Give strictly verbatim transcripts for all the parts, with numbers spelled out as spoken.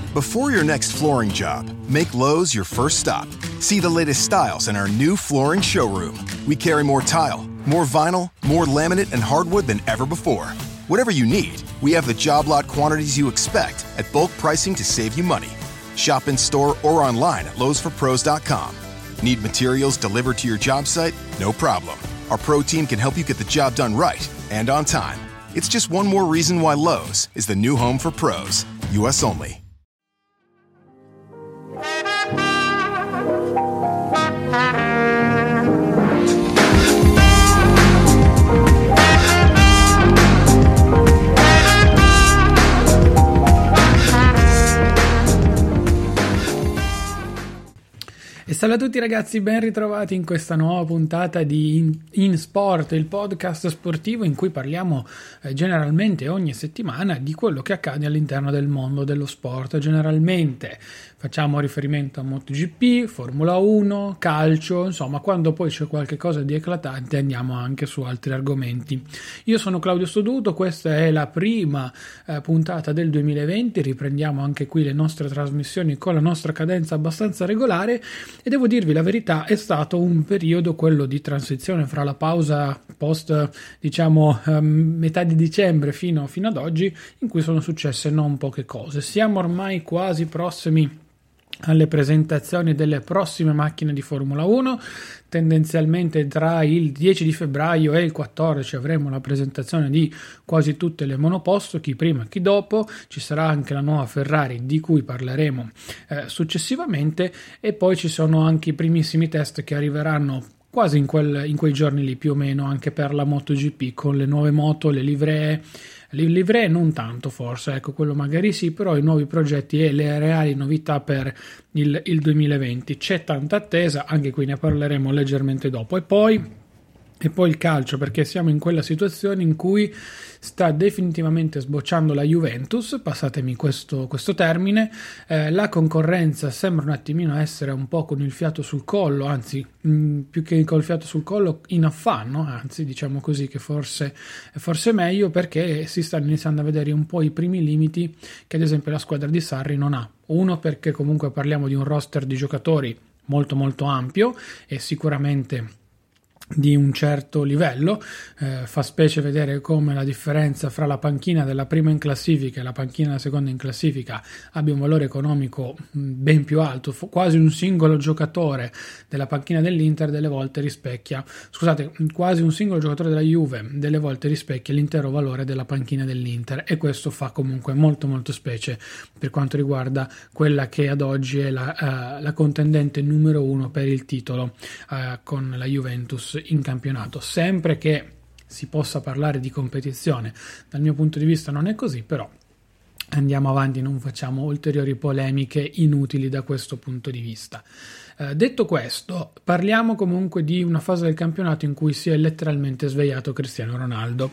Before your next flooring job, make Lowe's your first stop. See the latest styles in our new flooring showroom. We carry more tile, more vinyl, more laminate and hardwood than ever before. Whatever you need, we have the job lot quantities you expect at bulk pricing to save you money. Shop in store or online at Lowe's for Pros dot com. Need materials delivered to your job site? No problem. Our pro team can help you get the job done right and on time. It's just one more reason why Lowe's is the new home for pros. U S only. E salve a tutti ragazzi, ben ritrovati in questa nuova puntata di In, In Sport, il podcast sportivo in cui parliamo eh, generalmente ogni settimana di quello che accade all'interno del mondo dello sport. Generalmente facciamo riferimento a MotoGP, Formula uno, calcio, insomma quando poi c'è qualche cosa di eclatante andiamo anche su altri argomenti. Io sono Claudio Stoduto, questa è la prima eh, puntata del duemilaventi, riprendiamo anche qui le nostre trasmissioni con la nostra cadenza abbastanza regolare. E devo dirvi la verità, è stato un periodo quello di transizione fra la pausa post diciamo um, metà di dicembre fino, fino ad oggi, in cui sono successe non poche cose. Siamo ormai quasi prossimi alle presentazioni delle prossime macchine di Formula uno. Tendenzialmente tra il dieci di febbraio e il quattordici avremo la presentazione di quasi tutte le monoposto, chi prima chi dopo. Ci sarà anche la nuova Ferrari di cui parleremo eh, successivamente, e poi ci sono anche i primissimi test che arriveranno quasi in, quel, in quei giorni lì più o meno anche per la MotoGP, con le nuove moto, le livree. Le livree non tanto forse, ecco, quello magari sì, però i nuovi progetti e le reali novità per il, il duemilaventi. C'è tanta attesa, anche qui ne parleremo leggermente dopo. E poi, e poi il calcio, perché siamo in quella situazione in cui sta definitivamente sbocciando la Juventus, passatemi questo, questo termine, eh, la concorrenza sembra un attimino essere un po' con il fiato sul collo, anzi mh, più che col fiato sul collo in affanno, anzi diciamo così che forse è forse meglio, perché si stanno iniziando a vedere un po' i primi limiti che ad esempio la squadra di Sarri non ha. Uno, perché comunque parliamo di un roster di giocatori molto molto ampio e sicuramente di un certo livello, eh, fa specie vedere come la differenza fra la panchina della prima in classifica e la panchina della seconda in classifica abbia un valore economico ben più alto. Quasi un singolo giocatore della panchina dell'Inter delle volte rispecchia, scusate, quasi un singolo giocatore della Juve delle volte rispecchia l'intero valore della panchina dell'Inter, e questo fa comunque molto molto specie per quanto riguarda quella che ad oggi è la, uh, la contendente numero uno per il titolo uh, con la Juventus in campionato. Sempre che si possa parlare di competizione, dal mio punto di vista non è così, però andiamo avanti, non facciamo ulteriori polemiche inutili da questo punto di vista. Eh, detto questo, parliamo comunque di una fase del campionato in cui si è letteralmente svegliato Cristiano Ronaldo.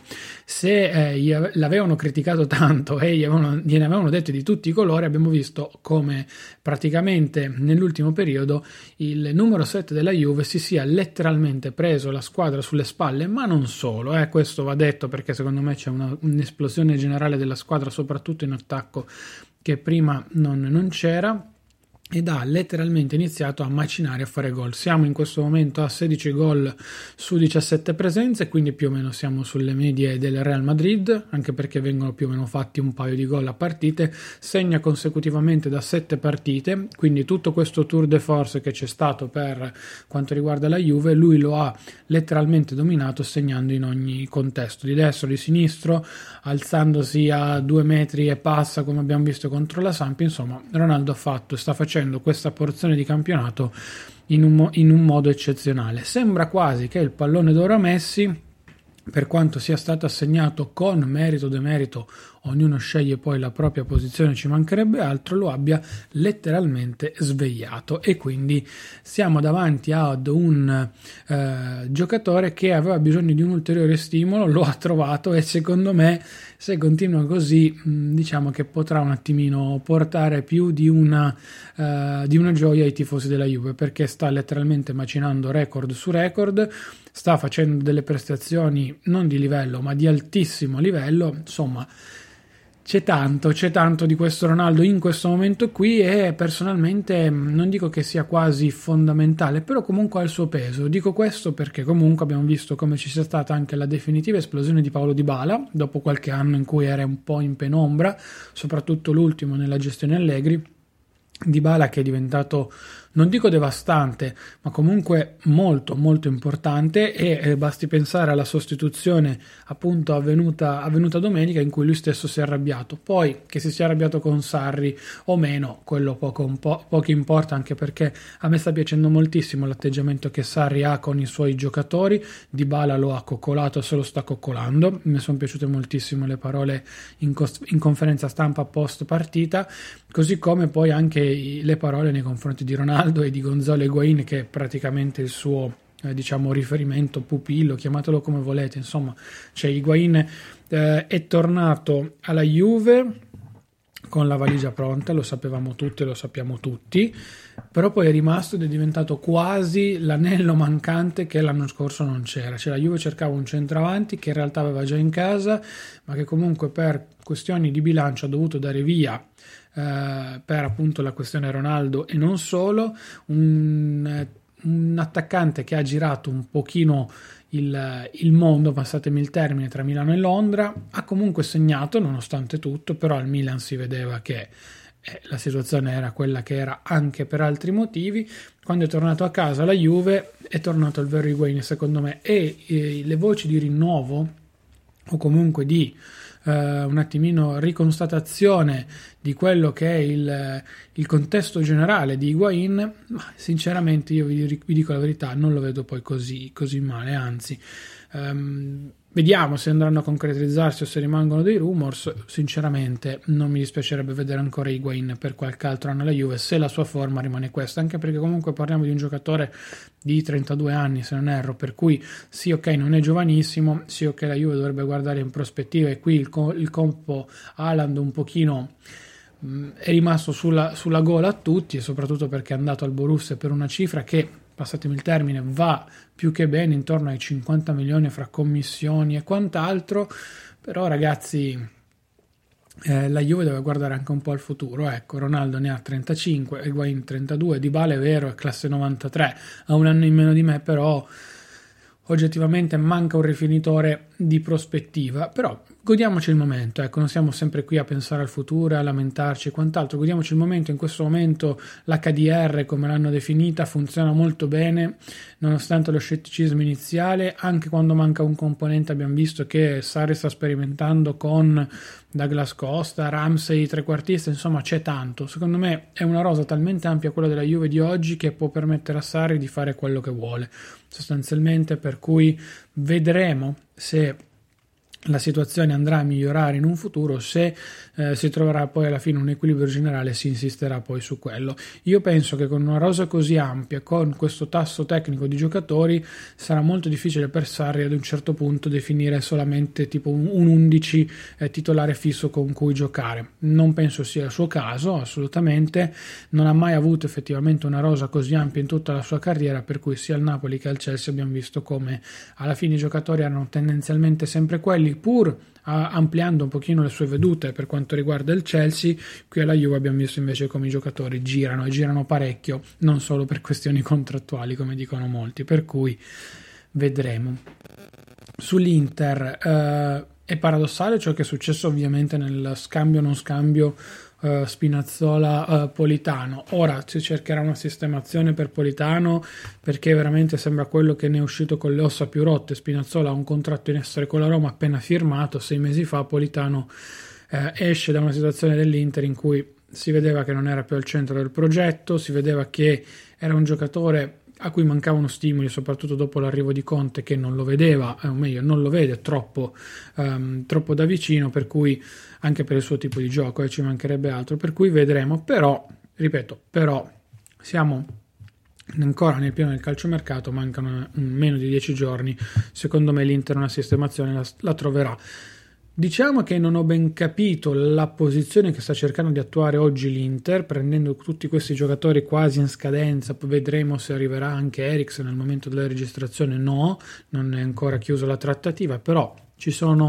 Se eh, l'avevano criticato tanto e gli avevano, gliene avevano detto di tutti i colori, abbiamo visto come praticamente nell'ultimo periodo il numero sette della Juve si sia letteralmente preso la squadra sulle spalle, ma non solo, eh, questo va detto perché secondo me c'è una, un'esplosione generale della squadra, soprattutto in attacco, che prima non, non c'era, ed ha letteralmente iniziato a macinare, a fare gol. Siamo in questo momento a sedici gol su diciassette presenze, quindi più o meno siamo sulle medie del Real Madrid, anche perché vengono più o meno fatti un paio di gol a partite. Segna consecutivamente da sette partite, quindi tutto questo tour de force che c'è stato per quanto riguarda la Juve, lui lo ha letteralmente dominato, segnando in ogni contesto, di destro, di sinistro, alzandosi a due metri e passa come abbiamo visto contro la Samp. Insomma, Ronaldo ha fatto sta facendo questa porzione di campionato in un, in un modo eccezionale. Sembra quasi che il pallone d'oro a Messi, per quanto sia stato assegnato con merito o demerito, ognuno sceglie poi la propria posizione, ci mancherebbe altro, lo abbia letteralmente svegliato, e quindi siamo davanti ad un eh, giocatore che aveva bisogno di un ulteriore stimolo, lo ha trovato, e secondo me se continua così mh, diciamo che potrà un attimino portare più di una, uh, di una gioia ai tifosi della Juve, perché sta letteralmente macinando record su record, sta facendo delle prestazioni non di livello ma di altissimo livello. Insomma, C'è tanto, c'è tanto di questo Ronaldo in questo momento qui e personalmente non dico che sia quasi fondamentale, però comunque ha il suo peso. Dico questo perché comunque abbiamo visto come ci sia stata anche la definitiva esplosione di Paulo Dybala, dopo qualche anno in cui era un po' in penombra, soprattutto l'ultimo nella gestione Allegri. Dybala che è diventato, non dico devastante, ma comunque molto molto importante e eh, basti pensare alla sostituzione appunto avvenuta, avvenuta domenica in cui lui stesso si è arrabbiato. Poi che si sia arrabbiato con Sarri o meno, quello poco, un po', poco importa, anche perché a me sta piacendo moltissimo l'atteggiamento che Sarri ha con i suoi giocatori. Dybala lo ha coccolato, se lo sta coccolando, mi sono piaciute moltissimo le parole in, cos- in conferenza stampa post partita, così come poi anche le parole nei confronti di Ronaldo e di Gonzalo Higuaín, che è praticamente il suo eh, diciamo riferimento, pupillo, chiamatelo come volete, insomma. Cioè Higuaín eh, è tornato alla Juve con la valigia pronta, lo sapevamo tutti, lo sappiamo tutti, però poi è rimasto ed è diventato quasi l'anello mancante che l'anno scorso non c'era. Cioè la Juve cercava un centravanti che in realtà aveva già in casa, ma che comunque per questioni di bilancio ha dovuto dare via Uh, per appunto la questione Ronaldo e non solo, un, un attaccante che ha girato un pochino il, il mondo, passatemi il termine, tra Milano e Londra, ha comunque segnato nonostante tutto, però al Milan si vedeva che eh, la situazione era quella che era anche per altri motivi. Quando è tornato a casa la Juve è tornato il vero Higuaín secondo me, e eh, le voci di rinnovo o comunque di Uh, un attimino riconstatazione di quello che è il, il contesto generale di Higuaín, ma sinceramente io vi, vi dico la verità, non lo vedo poi così, così male, anzi um, vediamo se andranno a concretizzarsi o se rimangono dei rumors. Sinceramente non mi dispiacerebbe vedere ancora Higuaín per qualche altro anno alla Juve, se la sua forma rimane questa, anche perché comunque parliamo di un giocatore di trentadue anni se non erro, per cui sì, ok, non è giovanissimo, sì, ok, la Juve dovrebbe guardare in prospettiva, e qui il, co- il compo Haaland un pochino mh, è rimasto sulla, sulla gola a tutti, e soprattutto perché è andato al Borussia per una cifra che, passatemi il termine, va più che bene, intorno ai cinquanta milioni fra commissioni e quant'altro. Però ragazzi, Eh, la Juve deve guardare anche un po' al futuro. Ecco, Ronaldo ne ha trentacinque, Higuaín trentadue, Dybala è vero, è classe novantatré, ha un anno in meno di me, però oggettivamente manca un rifinitore di prospettiva. Però godiamoci il momento, ecco, non siamo sempre qui a pensare al futuro, a lamentarci e quant'altro. Godiamoci il momento. In questo momento l'H D R, come l'hanno definita, funziona molto bene nonostante lo scetticismo iniziale. Anche quando manca un componente abbiamo visto che Sarri sta sperimentando con Douglas Costa, Ramsey, trequartista, insomma c'è tanto. Secondo me è una rosa talmente ampia quella della Juve di oggi che può permettere a Sarri di fare quello che vuole sostanzialmente, per cui vedremo se la situazione andrà a migliorare in un futuro, se eh, si troverà poi alla fine un equilibrio generale, si insisterà poi su quello. Io penso che con una rosa così ampia, con questo tasso tecnico di giocatori, sarà molto difficile per Sarri ad un certo punto definire solamente tipo un, un undici eh, titolare fisso con cui giocare. Non penso sia il suo caso, assolutamente. Non ha mai avuto effettivamente una rosa così ampia in tutta la sua carriera, per cui sia al Napoli che al Chelsea abbiamo visto come alla fine i giocatori erano tendenzialmente sempre quelli, pur ampliando un pochino le sue vedute per quanto riguarda il Chelsea. Qui alla Juve abbiamo visto invece come i giocatori girano e girano parecchio, non solo per questioni contrattuali come dicono molti, per cui vedremo. Sull'Inter eh, è paradossale ciò che è successo ovviamente nel scambio non scambio Uh, Spinazzola uh, Politano. Ora si cercherà una sistemazione per Politano, perché veramente sembra quello che ne è uscito con le ossa più rotte. Spinazzola ha un contratto in essere con la Roma appena firmato sei mesi fa. Politano uh, esce da una situazione dell'Inter in cui si vedeva che non era più al centro del progetto, si vedeva che era un giocatore a cui mancavano stimoli, soprattutto dopo l'arrivo di Conte, che non lo vedeva, o meglio non lo vede troppo, um, troppo da vicino, per cui anche per il suo tipo di gioco eh, ci mancherebbe altro, per cui vedremo. Però, ripeto, però siamo ancora nel pieno del calciomercato, mancano meno di dieci giorni, secondo me l'Inter una sistemazione la, la troverà. Diciamo che non ho ben capito la posizione che sta cercando di attuare oggi l'Inter, prendendo tutti questi giocatori quasi in scadenza. Poi vedremo se arriverà anche Eriksen nel momento della registrazione. No, non è ancora chiusa la trattativa, però ci sono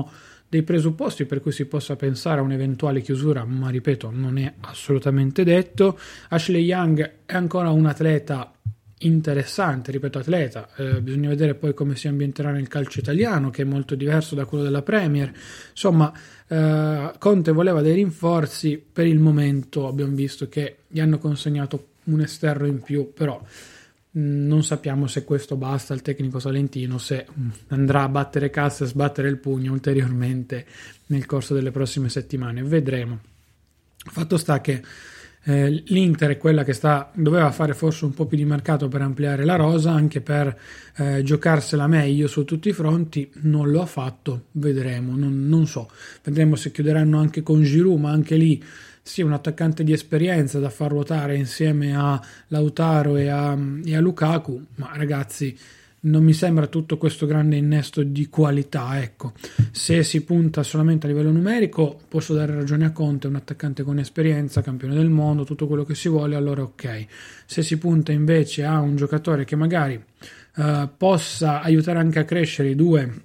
dei presupposti per cui si possa pensare a un'eventuale chiusura, ma ripeto, non è assolutamente detto. Ashley Young è ancora un atleta interessante, ripeto atleta, eh, bisogna vedere poi come si ambienterà nel calcio italiano, che è molto diverso da quello della Premier. Insomma, eh, Conte voleva dei rinforzi, per il momento abbiamo visto che gli hanno consegnato un esterno in più, però mh, non sappiamo se questo basta al tecnico salentino, se mh, andrà a battere cassa e sbattere il pugno ulteriormente nel corso delle prossime settimane, vedremo. Fatto sta che Eh, l'Inter è quella che sta, doveva fare forse un po' più di mercato per ampliare la rosa, anche per eh, giocarsela meglio su tutti i fronti. Non lo ha fatto, vedremo, non, non so, vedremo se chiuderanno anche con Giroud, ma anche lì sì, un attaccante di esperienza da far ruotare insieme a Lautaro e a, e a Lukaku, ma ragazzi, non mi sembra tutto questo grande innesto di qualità. Ecco, se si punta solamente a livello numerico posso dare ragione a Conte, un attaccante con esperienza, campione del mondo, tutto quello che si vuole, allora ok. Se si punta invece a un giocatore che magari eh, possa aiutare anche a crescere i due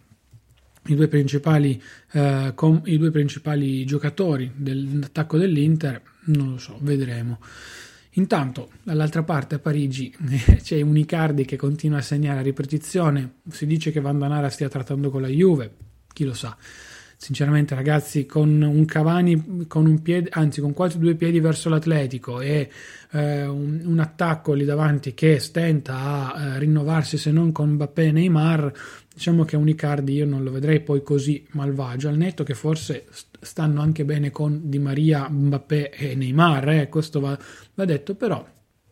i due principali eh, com, i due principali giocatori dell'attacco dell'Inter, non lo so, vedremo. Intanto, dall'altra parte a Parigi c'è un Icardi che continua a segnare a ripetizione. Si dice che Vandanara stia trattando con la Juve, chi lo sa. Sinceramente, ragazzi, con un Cavani con un piede, anzi con quasi due piedi verso l'Atletico e eh, un, un attacco lì davanti che stenta a eh, rinnovarsi, se non con Mbappé e Neymar, diciamo che un Icardi io non lo vedrei poi così malvagio, al netto che forse stanno anche bene con Di Maria, Mbappé e Neymar, eh, questo va, va detto, però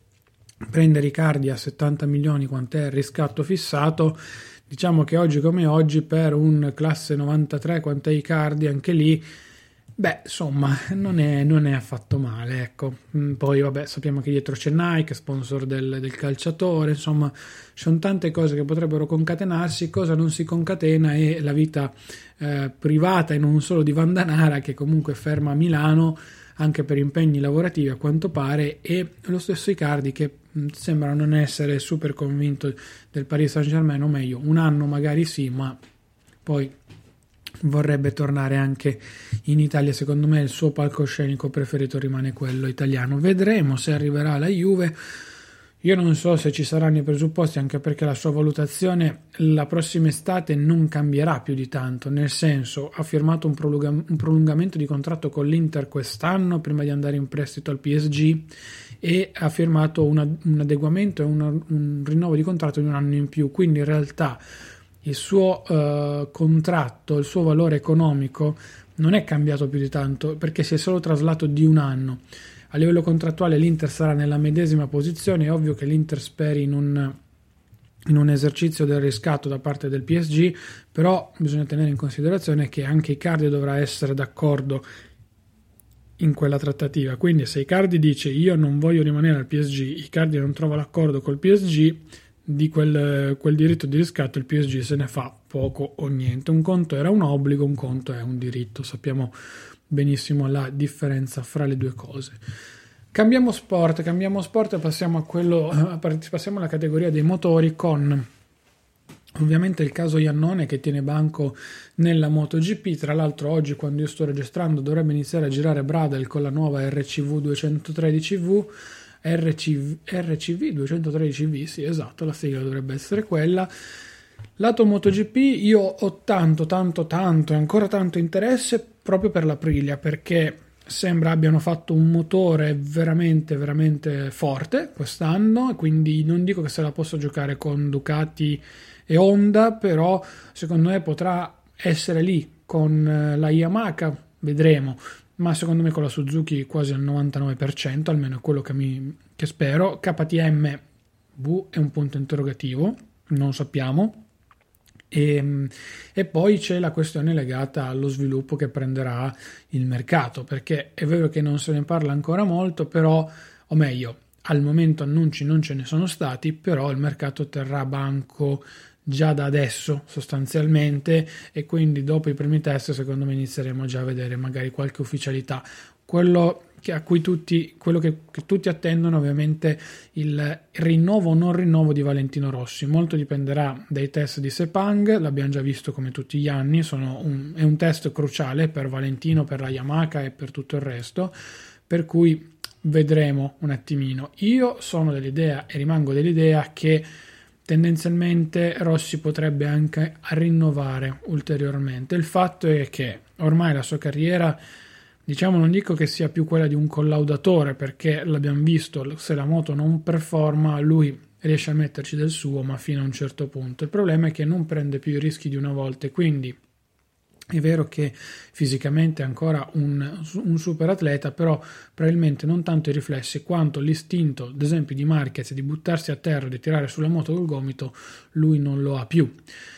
prendere Icardi a settanta milioni, quant'è il riscatto fissato, diciamo che oggi come oggi per un classe novantatré, quant'è Icardi, anche lì, beh, insomma, non è, non è affatto male, ecco. Poi, vabbè, sappiamo che dietro c'è Nike, sponsor del, del calciatore, insomma, ci sono tante cose che potrebbero concatenarsi. Cosa non si concatena è la vita eh, privata e non solo di Vandanara, che comunque ferma a Milano anche per impegni lavorativi a quanto pare, e lo stesso Icardi che mh, sembra non essere super convinto del Paris Saint-Germain, o meglio, un anno magari sì, ma poi vorrebbe tornare anche in Italia. Secondo me il suo palcoscenico preferito rimane quello italiano. Vedremo se arriverà alla Juve. Io non so se ci saranno i presupposti, anche perché la sua valutazione la prossima estate non cambierà più di tanto, nel senso, ha firmato un, prolunga- un prolungamento di contratto con l'Inter quest'anno prima di andare in prestito al P S G, e ha firmato una, un adeguamento e una, un rinnovo di contratto di un anno in più, quindi in realtà il suo uh, contratto, il suo valore economico non è cambiato più di tanto, perché si è solo traslato di un anno. A livello contrattuale l'Inter sarà nella medesima posizione. È ovvio che l'Inter speri in un, in un esercizio del riscatto da parte del P S G, però bisogna tenere in considerazione che anche Icardi dovrà essere d'accordo in quella trattativa. Quindi se Icardi dice io non voglio rimanere al P S G, Icardi non trova l'accordo col P S G, di quel, quel diritto di riscatto il P S G se ne fa poco o niente. Un conto era un obbligo, un conto è un diritto, sappiamo benissimo la differenza fra le due cose. Cambiamo sport, cambiamo sport e passiamo a quello, passiamo alla categoria dei motori, con ovviamente il caso Iannone che tiene banco nella MotoGP. Tra l'altro oggi, quando io sto registrando, dovrebbe iniziare a girare Bradel con la nuova R C V duecentotredici V. R C V, R C V duecentotredici V, sì, esatto, la sigla dovrebbe essere quella. Lato MotoGP io ho tanto tanto tanto e ancora tanto interesse proprio per l'Aprilia, perché sembra abbiano fatto un motore veramente veramente forte quest'anno, e quindi non dico che se la possa giocare con Ducati e Honda, però secondo me potrà essere lì con la Yamaha, vedremo, ma secondo me con la Suzuki quasi al novantanove per cento, almeno è quello che, mi, che spero. K T M V è un punto interrogativo, non sappiamo. E, e poi c'è la questione legata allo sviluppo che prenderà il mercato, perché è vero che non se ne parla ancora molto, però, o meglio, al momento annunci non ce ne sono stati, però il mercato terrà banco già da adesso sostanzialmente, e quindi dopo i primi test secondo me inizieremo già a vedere magari qualche ufficialità. quello che a cui tutti, quello che, che tutti attendono, ovviamente il rinnovo o non rinnovo di Valentino Rossi. Molto dipenderà dai test di Sepang, l'abbiamo già visto come tutti gli anni, sono un, è un test cruciale per Valentino, per la Yamaha e per tutto il resto, per cui vedremo un attimino. Io sono dell'idea e rimango dell'idea che tendenzialmente Rossi potrebbe anche rinnovare ulteriormente. Il fatto è che ormai la sua carriera, diciamo, non dico che sia più quella di un collaudatore, perché l'abbiamo visto, se la moto non performa lui riesce a metterci del suo, ma fino a un certo punto. Il problema è che non prende più i rischi di una volta, e quindi è vero che fisicamente è ancora un, un super atleta, però probabilmente non tanto i riflessi quanto l'istinto, ad esempio di Marquez, di buttarsi a terra, di tirare sulla moto col gomito, lui non lo ha più.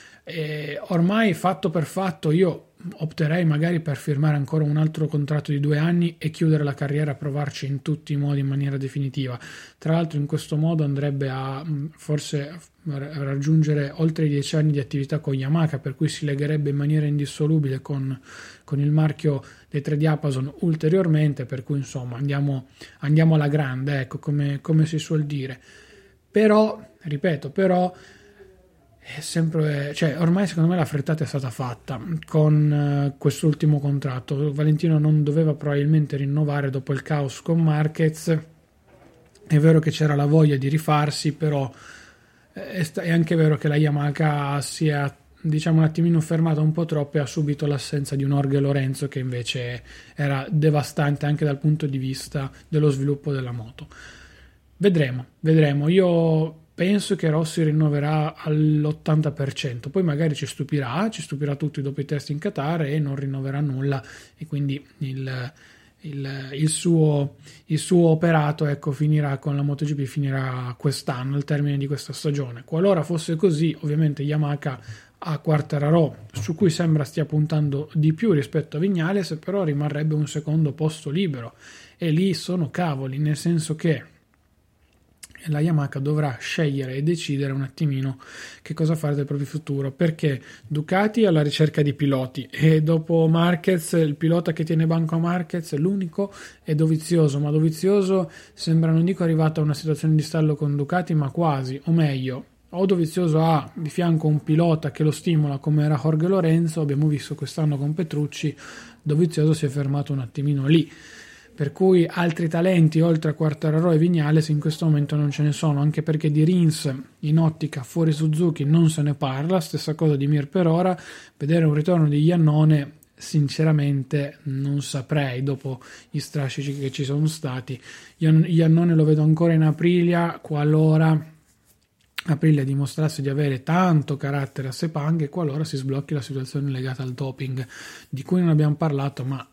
E ormai fatto per fatto io opterei magari per firmare ancora un altro contratto di due anni e chiudere la carriera, provarci in tutti i modi in maniera definitiva. Tra l'altro in questo modo andrebbe a forse raggiungere oltre i dieci anni di attività con Yamaha, per cui si legherebbe in maniera indissolubile con, con il marchio dei tre Diapason ulteriormente, per cui insomma andiamo, andiamo alla grande, ecco, come, come si suol dire. Però, ripeto, però è sempre, cioè ormai secondo me la frittata è stata fatta con uh, quest'ultimo contratto. Valentino non doveva probabilmente rinnovare dopo il caos con Marquez. È vero che c'era la voglia di rifarsi, però è, sta- è anche vero che la Yamaha si è, diciamo, un attimino fermata un po' troppo e ha subito l'assenza di un Jorge Lorenzo che invece era devastante anche dal punto di vista dello sviluppo della moto. Vedremo, vedremo. Io penso che Rossi rinnoverà all'ottanta per cento, poi magari ci stupirà, ci stupirà tutti dopo i test in Qatar e non rinnoverà nulla, e quindi il, il, il, suo, il suo operato, ecco, finirà con la MotoGP, finirà quest'anno, al termine di questa stagione. Qualora fosse così, ovviamente Yamaha a Quartararo, su cui sembra stia puntando di più rispetto a Viñales, però rimarrebbe un secondo posto libero, e lì sono cavoli, nel senso che la Yamaha dovrà scegliere e decidere un attimino che cosa fare del proprio futuro, perché Ducati è alla ricerca di piloti e dopo Marquez, il pilota che tiene banco a Marquez, l'unico è Dovizioso, ma Dovizioso sembra, non dico arrivato a una situazione di stallo con Ducati, ma quasi, o meglio, o Dovizioso ha di fianco un pilota che lo stimola come era Jorge Lorenzo, abbiamo visto quest'anno con Petrucci, Dovizioso si è fermato un attimino lì. Per cui altri talenti oltre a Quartararo e Viñales in questo momento non ce ne sono, anche perché di Rins in ottica fuori Suzuki non se ne parla, stessa cosa di Mir per ora. Vedere un ritorno di Iannone sinceramente non saprei, dopo gli strascici che ci sono stati. Iannone lo vedo ancora in Aprilia, qualora Aprilia dimostrasse di avere tanto carattere a Sepang, e qualora si sblocchi la situazione legata al doping, di cui non abbiamo parlato, ma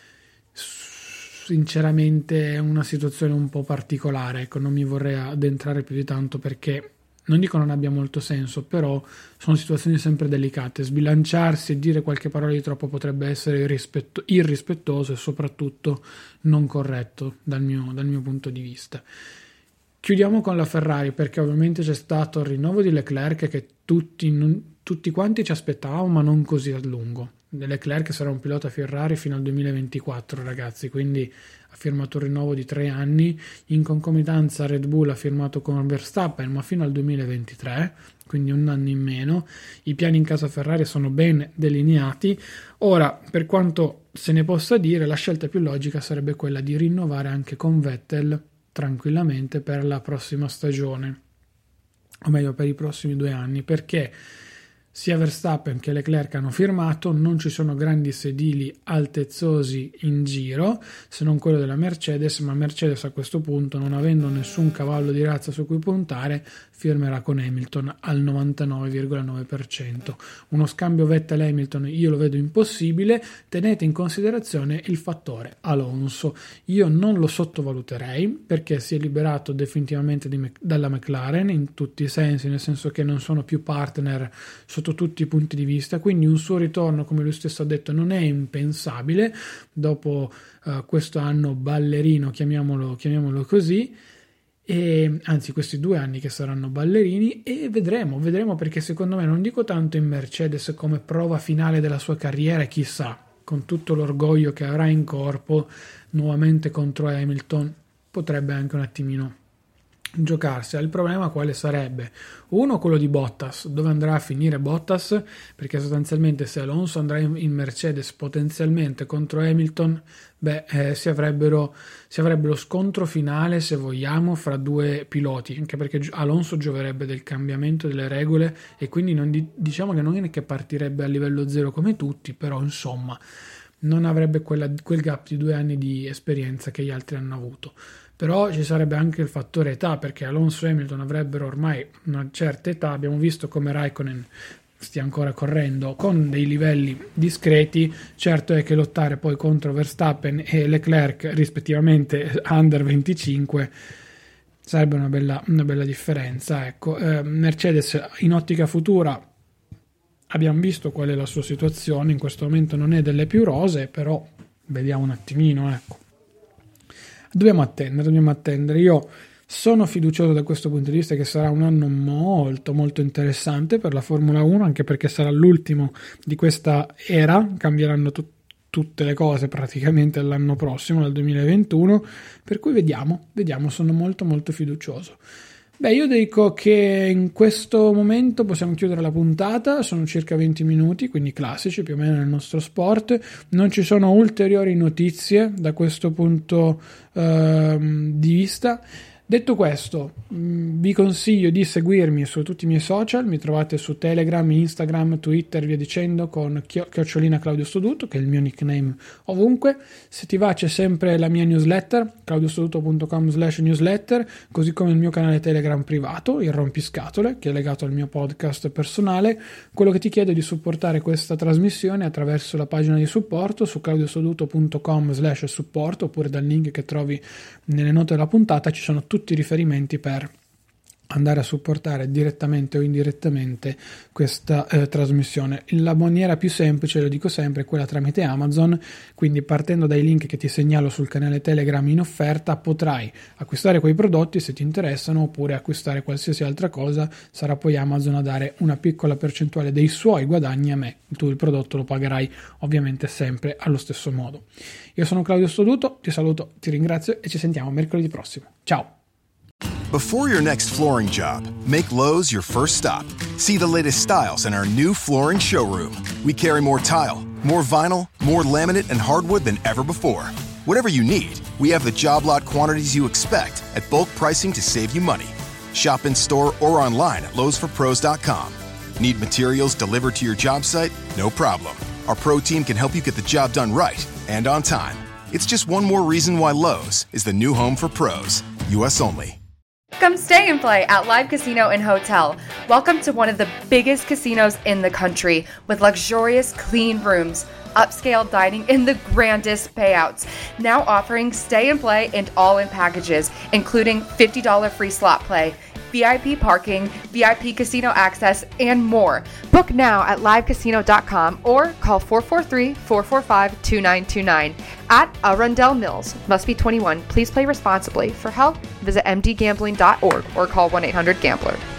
sinceramente è una situazione un po' particolare, ecco, non mi vorrei addentrare più di tanto perché non dico non abbia molto senso, però sono situazioni sempre delicate. Sbilanciarsi e dire qualche parola di troppo potrebbe essere irrispetto- irrispettoso e soprattutto non corretto dal mio, dal mio punto di vista. Chiudiamo con la Ferrari, perché ovviamente c'è stato il rinnovo di Leclerc che tutti, non, tutti quanti ci aspettavamo, ma non così a lungo. Leclerc sarà un pilota Ferrari fino al duemilaventiquattro, ragazzi, quindi ha firmato un rinnovo di tre anni. In concomitanza Red Bull ha firmato con Verstappen, ma fino al duemilaventitré, quindi un anno in meno. I piani in casa Ferrari sono ben delineati. Ora, per quanto se ne possa dire, la scelta più logica sarebbe quella di rinnovare anche con Vettel tranquillamente per la prossima stagione, o meglio per i prossimi due anni, perché sia Verstappen che Leclerc hanno firmato, non ci sono grandi sedili altezzosi in giro, se non quello della Mercedes, ma Mercedes a questo punto, non avendo nessun cavallo di razza su cui puntare, firmerà con Hamilton al novantanove virgola nove per cento. Uno scambio Vettel-Hamilton io lo vedo impossibile. Tenete in considerazione il fattore Alonso, io non lo sottovaluterei, perché si è liberato definitivamente di, dalla McLaren in tutti i sensi, nel senso che non sono più partner sotto tutti i punti di vista, quindi un suo ritorno, come lui stesso ha detto, non è impensabile dopo uh, questo anno ballerino, chiamiamolo, chiamiamolo così, e anzi questi due anni che saranno ballerini, e vedremo, vedremo perché secondo me, non dico tanto in Mercedes come prova finale della sua carriera, chissà, con tutto l'orgoglio che avrà in corpo nuovamente contro Hamilton, potrebbe anche un attimino giocarsi. Il problema quale sarebbe? Uno, quello di Bottas, dove andrà a finire Bottas, perché sostanzialmente se Alonso andrà in, in Mercedes potenzialmente contro Hamilton, beh, eh, si avrebbero si avrebbe lo scontro finale, se vogliamo, fra due piloti, anche perché Alonso gioverebbe del cambiamento delle regole e quindi non di, diciamo che non è che partirebbe a livello zero come tutti, però insomma non avrebbe quella, quel gap di due anni di esperienza che gli altri hanno avuto. Però ci sarebbe anche il fattore età, perché Alonso e Hamilton avrebbero ormai una certa età. Abbiamo visto come Raikkonen stia ancora correndo con dei livelli discreti. Certo è che lottare poi contro Verstappen e Leclerc, rispettivamente under venticinque, sarebbe una bella, una bella differenza. Ecco, eh, Mercedes in ottica futura abbiamo visto qual è la sua situazione, in questo momento non è delle più rosee, però vediamo un attimino, ecco. Dobbiamo attendere, dobbiamo attendere. Io sono fiducioso da questo punto di vista che sarà un anno molto molto interessante per la Formula uno, anche perché sarà l'ultimo di questa era, cambieranno tut- tutte le cose praticamente l'anno prossimo, dal duemilaventuno, per cui vediamo, vediamo, sono molto molto fiducioso. Beh, io dico che in questo momento possiamo chiudere la puntata, sono circa venti minuti, quindi classici più o meno nel nostro sport, non ci sono ulteriori notizie da questo punto ehm, di vista. Detto questo, mh, vi consiglio di seguirmi su tutti i miei social, mi trovate su Telegram, Instagram, Twitter, via dicendo, con chiocciolina Claudio Stoduto, che è il mio nickname ovunque. Se ti va c'è sempre la mia newsletter, claudiostoduto punto com slash newsletter, così come il mio canale Telegram privato, il Rompiscatole, che è legato al mio podcast personale. Quello che ti chiedo è di supportare questa trasmissione attraverso la pagina di supporto su claudiostoduto punto com slash supporto, oppure dal link che trovi nelle note della puntata. Ci sono tutti i riferimenti per andare a supportare direttamente o indirettamente questa eh, trasmissione. La maniera più semplice, lo dico sempre, è quella tramite Amazon, quindi partendo dai link che ti segnalo sul canale Telegram in offerta potrai acquistare quei prodotti se ti interessano, oppure acquistare qualsiasi altra cosa. Sarà poi Amazon a dare una piccola percentuale dei suoi guadagni a me, tu il prodotto lo pagherai ovviamente sempre allo stesso modo. Io sono Claudio Stoduto, ti saluto, ti ringrazio e ci sentiamo mercoledì prossimo. Ciao! Before your next flooring job, make Lowe's your first stop. See the latest styles in our new flooring showroom. We carry more tile, more vinyl, more laminate and hardwood than ever before. Whatever you need, we have the job lot quantities you expect at bulk pricing to save you money. Shop in store or online at lowes for pros dot com. Need materials delivered to your job site? No problem. Our pro team can help you get the job done right and on time. It's just one more reason why Lowe's is the new home for pros. U S only. Come stay and play at Live Casino and Hotel. Welcome to one of the biggest casinos in the country with luxurious, clean rooms, upscale dining, and the grandest payouts. Now offering stay and play and all-in packages, including fifty dollars free slot play, V I P parking, V I P casino access, and more. Book now at live casino dot com or call four four three, four four five, two nine two nine. At Arundel Mills. Must be twenty-one. Please play responsibly. For help, visit m d gambling dot org or call one eight hundred gambler.